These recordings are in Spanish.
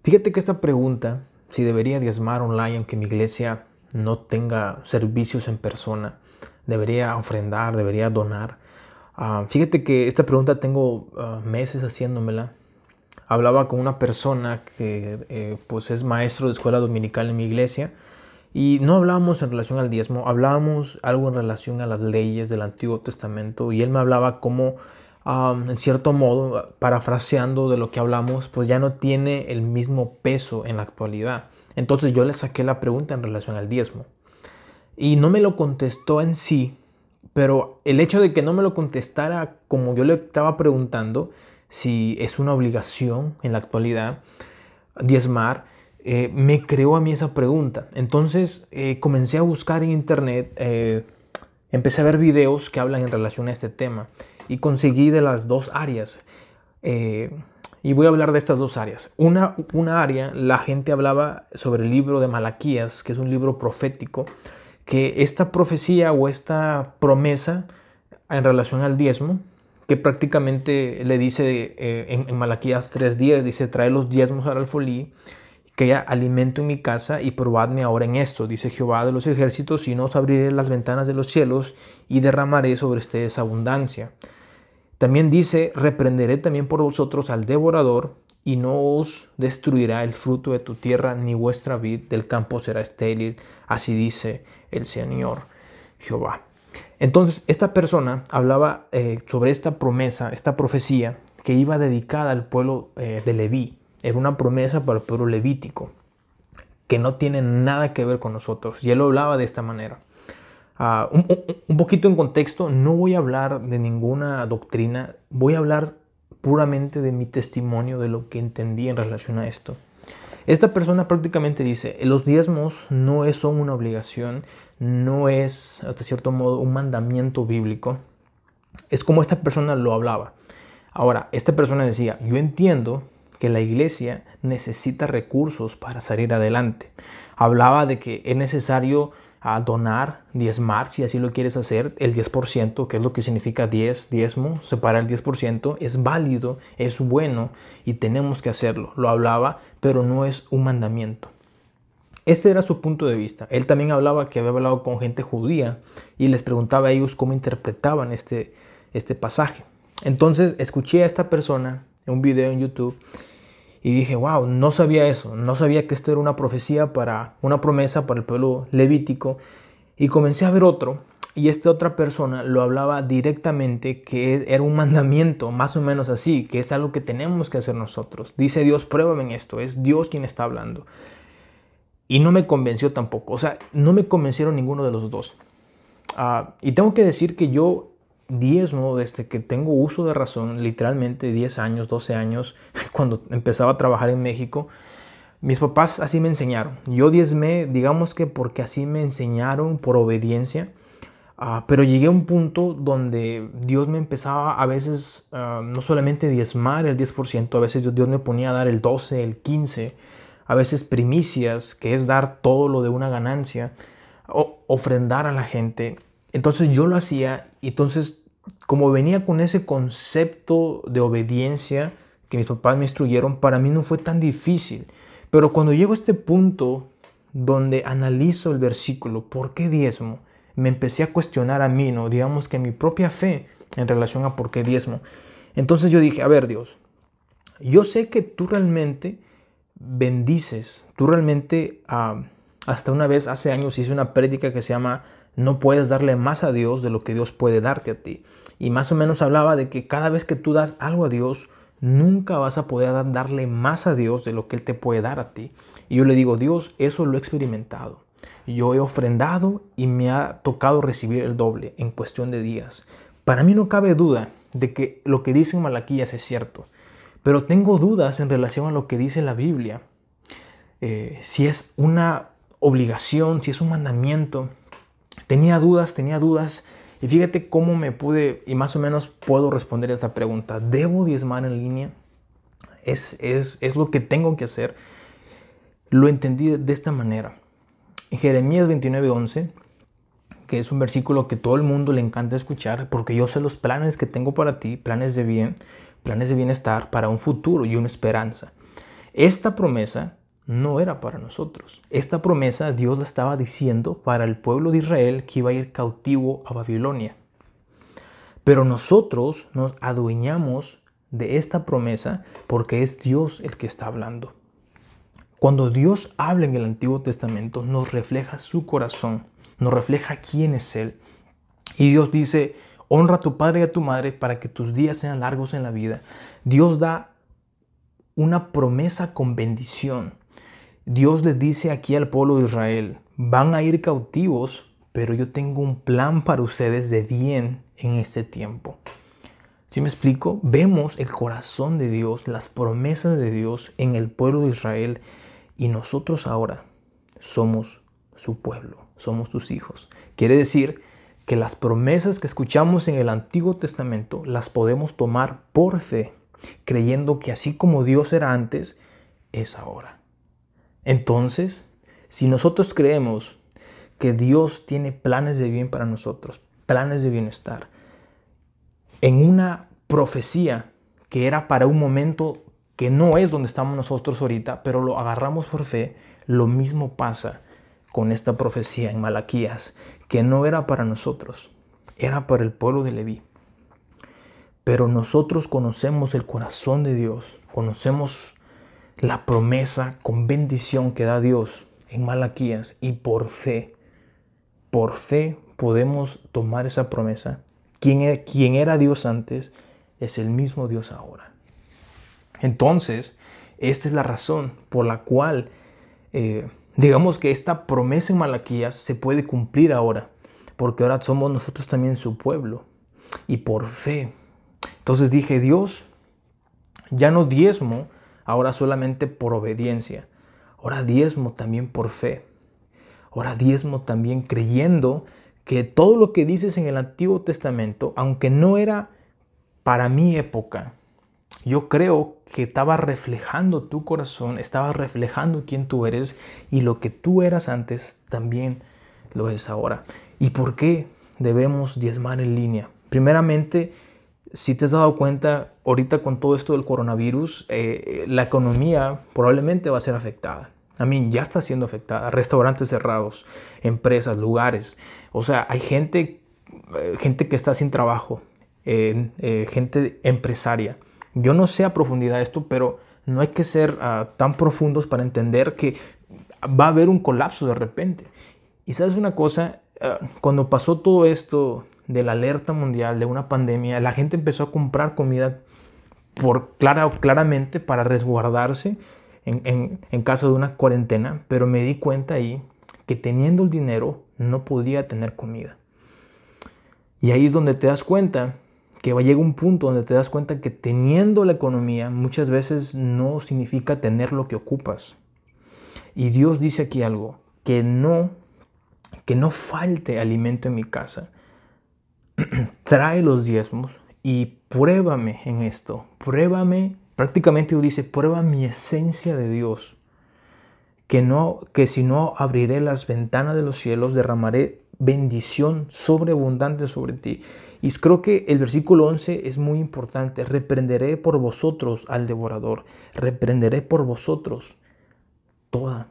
Fíjate que esta pregunta, si debería diezmar online aunque mi iglesia no tenga servicios en persona, debería ofrendar, debería donar. Fíjate que esta pregunta tengo meses haciéndomela. Hablaba con una persona que pues es maestro de escuela dominical en mi iglesia y no hablábamos en relación al diezmo, hablábamos algo en relación a las leyes del Antiguo Testamento y él me hablaba como en cierto modo, parafraseando de lo que hablamos, pues ya no tiene el mismo peso en la actualidad. Entonces yo le saqué la pregunta en relación al diezmo y no me lo contestó en sí, pero el hecho de que no me lo contestara como yo le estaba preguntando, si es una obligación en la actualidad diezmar, me creó a mí esa pregunta. Entonces comencé a buscar en internet, empecé a ver videos que hablan en relación a este tema y conseguí de las dos áreas. Y voy a hablar de estas dos áreas. Una área, la gente hablaba sobre el libro de Malaquías, que es un libro profético, que esta profecía o esta promesa en relación al diezmo, que prácticamente le dice en Malaquías 3:10, dice, trae los diezmos al alfolí, que haya alimento en mi casa y probadme ahora en esto, dice Jehová de los ejércitos, si no os abriré las ventanas de los cielos y derramaré sobre ustedes abundancia. También dice, reprenderé también por vosotros al devorador y no os destruirá el fruto de tu tierra, ni vuestra vid del campo será estéril. Así dice el Señor Jehová. Entonces, esta persona hablaba sobre esta promesa, esta profecía que iba dedicada al pueblo de Leví. Era una promesa para el pueblo levítico, que no tiene nada que ver con nosotros. Y él lo hablaba de esta manera. Un poquito en contexto, no voy a hablar de ninguna doctrina, voy a hablar puramente de mi testimonio, de lo que entendí en relación a esto. Esta persona prácticamente dice, los diezmos no son una obligación, no es hasta cierto modo un mandamiento bíblico. Es como esta persona lo hablaba. Ahora, esta persona decía, yo entiendo que la iglesia necesita recursos para salir adelante. Hablaba de que es necesario donar, diezmar, si así lo quieres hacer, el 10%, que es lo que significa diezmo, separar el 10%, es válido, es bueno y tenemos que hacerlo. Lo hablaba, pero no es un mandamiento. Este era su punto de vista. Él también hablaba que había hablado con gente judía y les preguntaba a ellos cómo interpretaban este pasaje. Entonces escuché a esta persona en un video en YouTube y dije, wow, no sabía eso, no sabía que esto era una profecía una promesa para el pueblo levítico. Y comencé a ver otro, y esta otra persona lo hablaba directamente que era un mandamiento, más o menos así, que es algo que tenemos que hacer nosotros. Dice Dios, pruébame en esto, es Dios quien está hablando. Y no me convenció tampoco, o sea, no me convencieron ninguno de los dos. Y tengo que decir que yo diezmo desde que tengo uso de razón, literalmente 10 años, 12 años, cuando empezaba a trabajar en México. Mis papás así me enseñaron. Yo diezmé, digamos que porque así me enseñaron por obediencia. Pero llegué a un punto donde Dios me empezaba a veces no solamente diezmar el 10%, a veces Dios me ponía a dar el 12, el 15%, a veces primicias, que es dar todo lo de una ganancia, o ofrendar a la gente. Entonces yo lo hacía, y entonces como venía con ese concepto de obediencia que mis papás me instruyeron, para mí no fue tan difícil. Pero cuando llego a este punto donde analizo el versículo, ¿por qué diezmo? Me empecé a cuestionar a mí, ¿no? Digamos que mi propia fe en relación a por qué diezmo. Entonces yo dije, a ver, Dios, yo sé que tú realmente bendices, tú realmente, hasta una vez hace años hice una prédica que se llama no puedes darle más a Dios de lo que Dios puede darte a ti. Y más o menos hablaba de que cada vez que tú das algo a Dios, nunca vas a poder darle más a Dios de lo que Él te puede dar a ti. Y yo le digo, Dios, eso lo he experimentado. Yo he ofrendado y me ha tocado recibir el doble en cuestión de días. Para mí no cabe duda de que lo que dice en Malaquías es cierto. Pero tengo dudas en relación a lo que dice la Biblia. Si es una obligación, si es un mandamiento. Tenía dudas. Y fíjate cómo me pude, y más o menos puedo responder esta pregunta. ¿Debo diezmar en línea? ¿Es lo que tengo que hacer? Lo entendí de esta manera. En Jeremías 29:11, que es un versículo que todo el mundo le encanta escuchar, porque yo sé los planes que tengo para ti, planes de bien, planes de bienestar, para un futuro y una esperanza. Esta promesa no era para nosotros. Esta promesa Dios la estaba diciendo para el pueblo de Israel que iba a ir cautivo a Babilonia. Pero nosotros nos adueñamos de esta promesa porque es Dios el que está hablando. Cuando Dios habla en el Antiguo Testamento, nos refleja su corazón, nos refleja quién es Él. Y Dios dice, honra a tu padre y a tu madre para que tus días sean largos en la vida. Dios da una promesa con bendición. Dios les dice aquí al pueblo de Israel, van a ir cautivos, pero yo tengo un plan para ustedes de bien en este tiempo. ¿Sí me explico? Vemos el corazón de Dios, las promesas de Dios en el pueblo de Israel y nosotros ahora somos su pueblo, somos sus hijos. Quiere decir que las promesas que escuchamos en el Antiguo Testamento las podemos tomar por fe, creyendo que así como Dios era antes, es ahora. Entonces, si nosotros creemos que Dios tiene planes de bien para nosotros, planes de bienestar, en una profecía que era para un momento que no es donde estamos nosotros ahorita, pero lo agarramos por fe, lo mismo pasa con esta profecía en Malaquías, que no era para nosotros, era para el pueblo de Leví. Pero nosotros conocemos el corazón de Dios, conocemos la promesa con bendición que da Dios en Malaquías y por fe podemos tomar esa promesa. Quien era Dios antes es el mismo Dios ahora. Entonces, esta es la razón por la cual digamos que esta promesa en Malaquías se puede cumplir ahora, porque ahora somos nosotros también su pueblo y por fe. Entonces dije, Dios, ya no diezmo ahora solamente por obediencia, ahora diezmo también por fe, ahora diezmo también creyendo que todo lo que dices en el Antiguo Testamento, aunque no era para mi época, yo creo que estaba reflejando tu corazón, estaba reflejando quién tú eres y lo que tú eras antes también lo es ahora. ¿Y por qué debemos diezmar en línea? Primeramente, si te has dado cuenta, ahorita con todo esto del coronavirus, la economía probablemente va a ser afectada. Ya está siendo afectada. Restaurantes cerrados, empresas, lugares. O sea, hay gente que está sin trabajo, gente empresaria. Yo no sé a profundidad esto, pero no hay que ser tan profundos para entender que va a haber un colapso de repente. Y sabes una cosa, cuando pasó todo esto de la alerta mundial, de una pandemia, la gente empezó a comprar comida claramente para resguardarse en caso de una cuarentena, pero me di cuenta ahí que teniendo el dinero no podía tener comida. Y ahí es donde te das cuenta que llega un punto donde te das cuenta que teniendo la economía muchas veces no significa tener lo que ocupas. Y Dios dice aquí algo, que no falte alimento en mi casa. Trae los diezmos y pruébame en esto. Pruébame, prácticamente Dios dice, prueba mi esencia de Dios. Que si no abriré las ventanas de los cielos, derramaré bendición sobreabundante sobre ti. Y creo que el versículo 11 es muy importante. Reprenderé por vosotros al devorador. Reprenderé por vosotros toda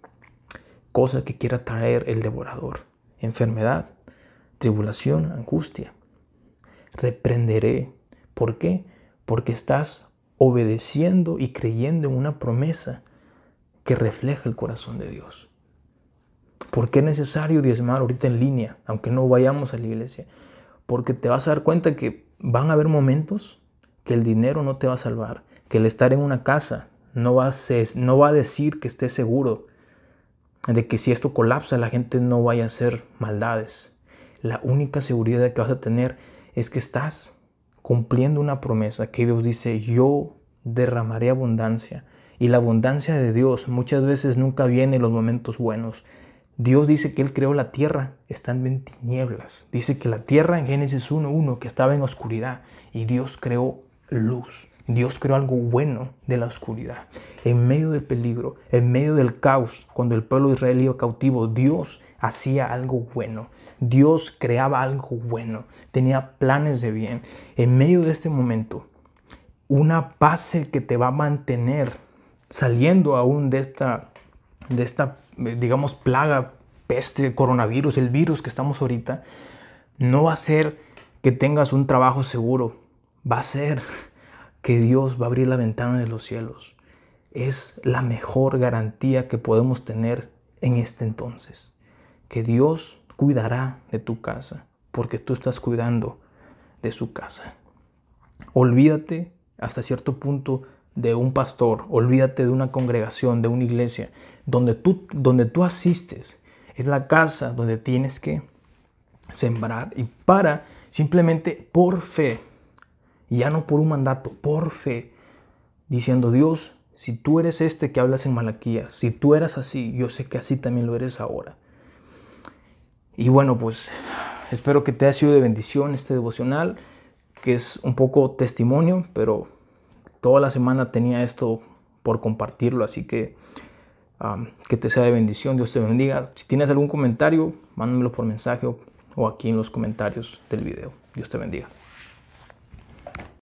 cosa que quiera traer el devorador. Enfermedad, tribulación, angustia. Reprenderé. ¿Por qué? Porque estás obedeciendo y creyendo en una promesa que refleja el corazón de Dios. ¿Por qué es necesario diezmar ahorita en línea, aunque no vayamos a la iglesia? Porque te vas a dar cuenta que van a haber momentos que el dinero no te va a salvar, que el estar en una casa no va a decir que estés seguro de que si esto colapsa la gente no vaya a hacer maldades. La única seguridad que vas a tener es que estás cumpliendo una promesa que Dios dice, yo derramaré abundancia. Y la abundancia de Dios muchas veces nunca viene en los momentos buenos. Dios dice que Él creó la tierra estando en tinieblas. Dice que la tierra en Génesis 1:1 que estaba en oscuridad y Dios creó luz. Dios creó algo bueno de la oscuridad. En medio del peligro, en medio del caos, cuando el pueblo de Israel iba cautivo, Dios hacía algo bueno. Dios creaba algo bueno. Tenía planes de bien. En medio de este momento, una base que te va a mantener saliendo aún de esta, digamos, plaga, peste, coronavirus, el virus que estamos ahorita, no va a ser que tengas un trabajo seguro, va a ser que Dios va a abrir la ventana de los cielos. Es la mejor garantía que podemos tener en este entonces, que Dios cuidará de tu casa, porque tú estás cuidando de su casa. Olvídate hasta cierto punto de un pastor, olvídate de una congregación, de una iglesia, donde tú asistes. Es la casa donde tienes que sembrar y para simplemente por fe, ya no por un mandato, por fe, diciendo: Dios, si tú eres este que hablas en Malaquías, si tú eras así, yo sé que así también lo eres ahora. Y bueno, pues espero que te haya sido de bendición este devocional, que es un poco testimonio, pero toda la semana tenía esto por compartirlo, así que te sea de bendición. Dios te bendiga. Si tienes algún comentario, mándamelo por mensaje o aquí en los comentarios del video. Dios te bendiga.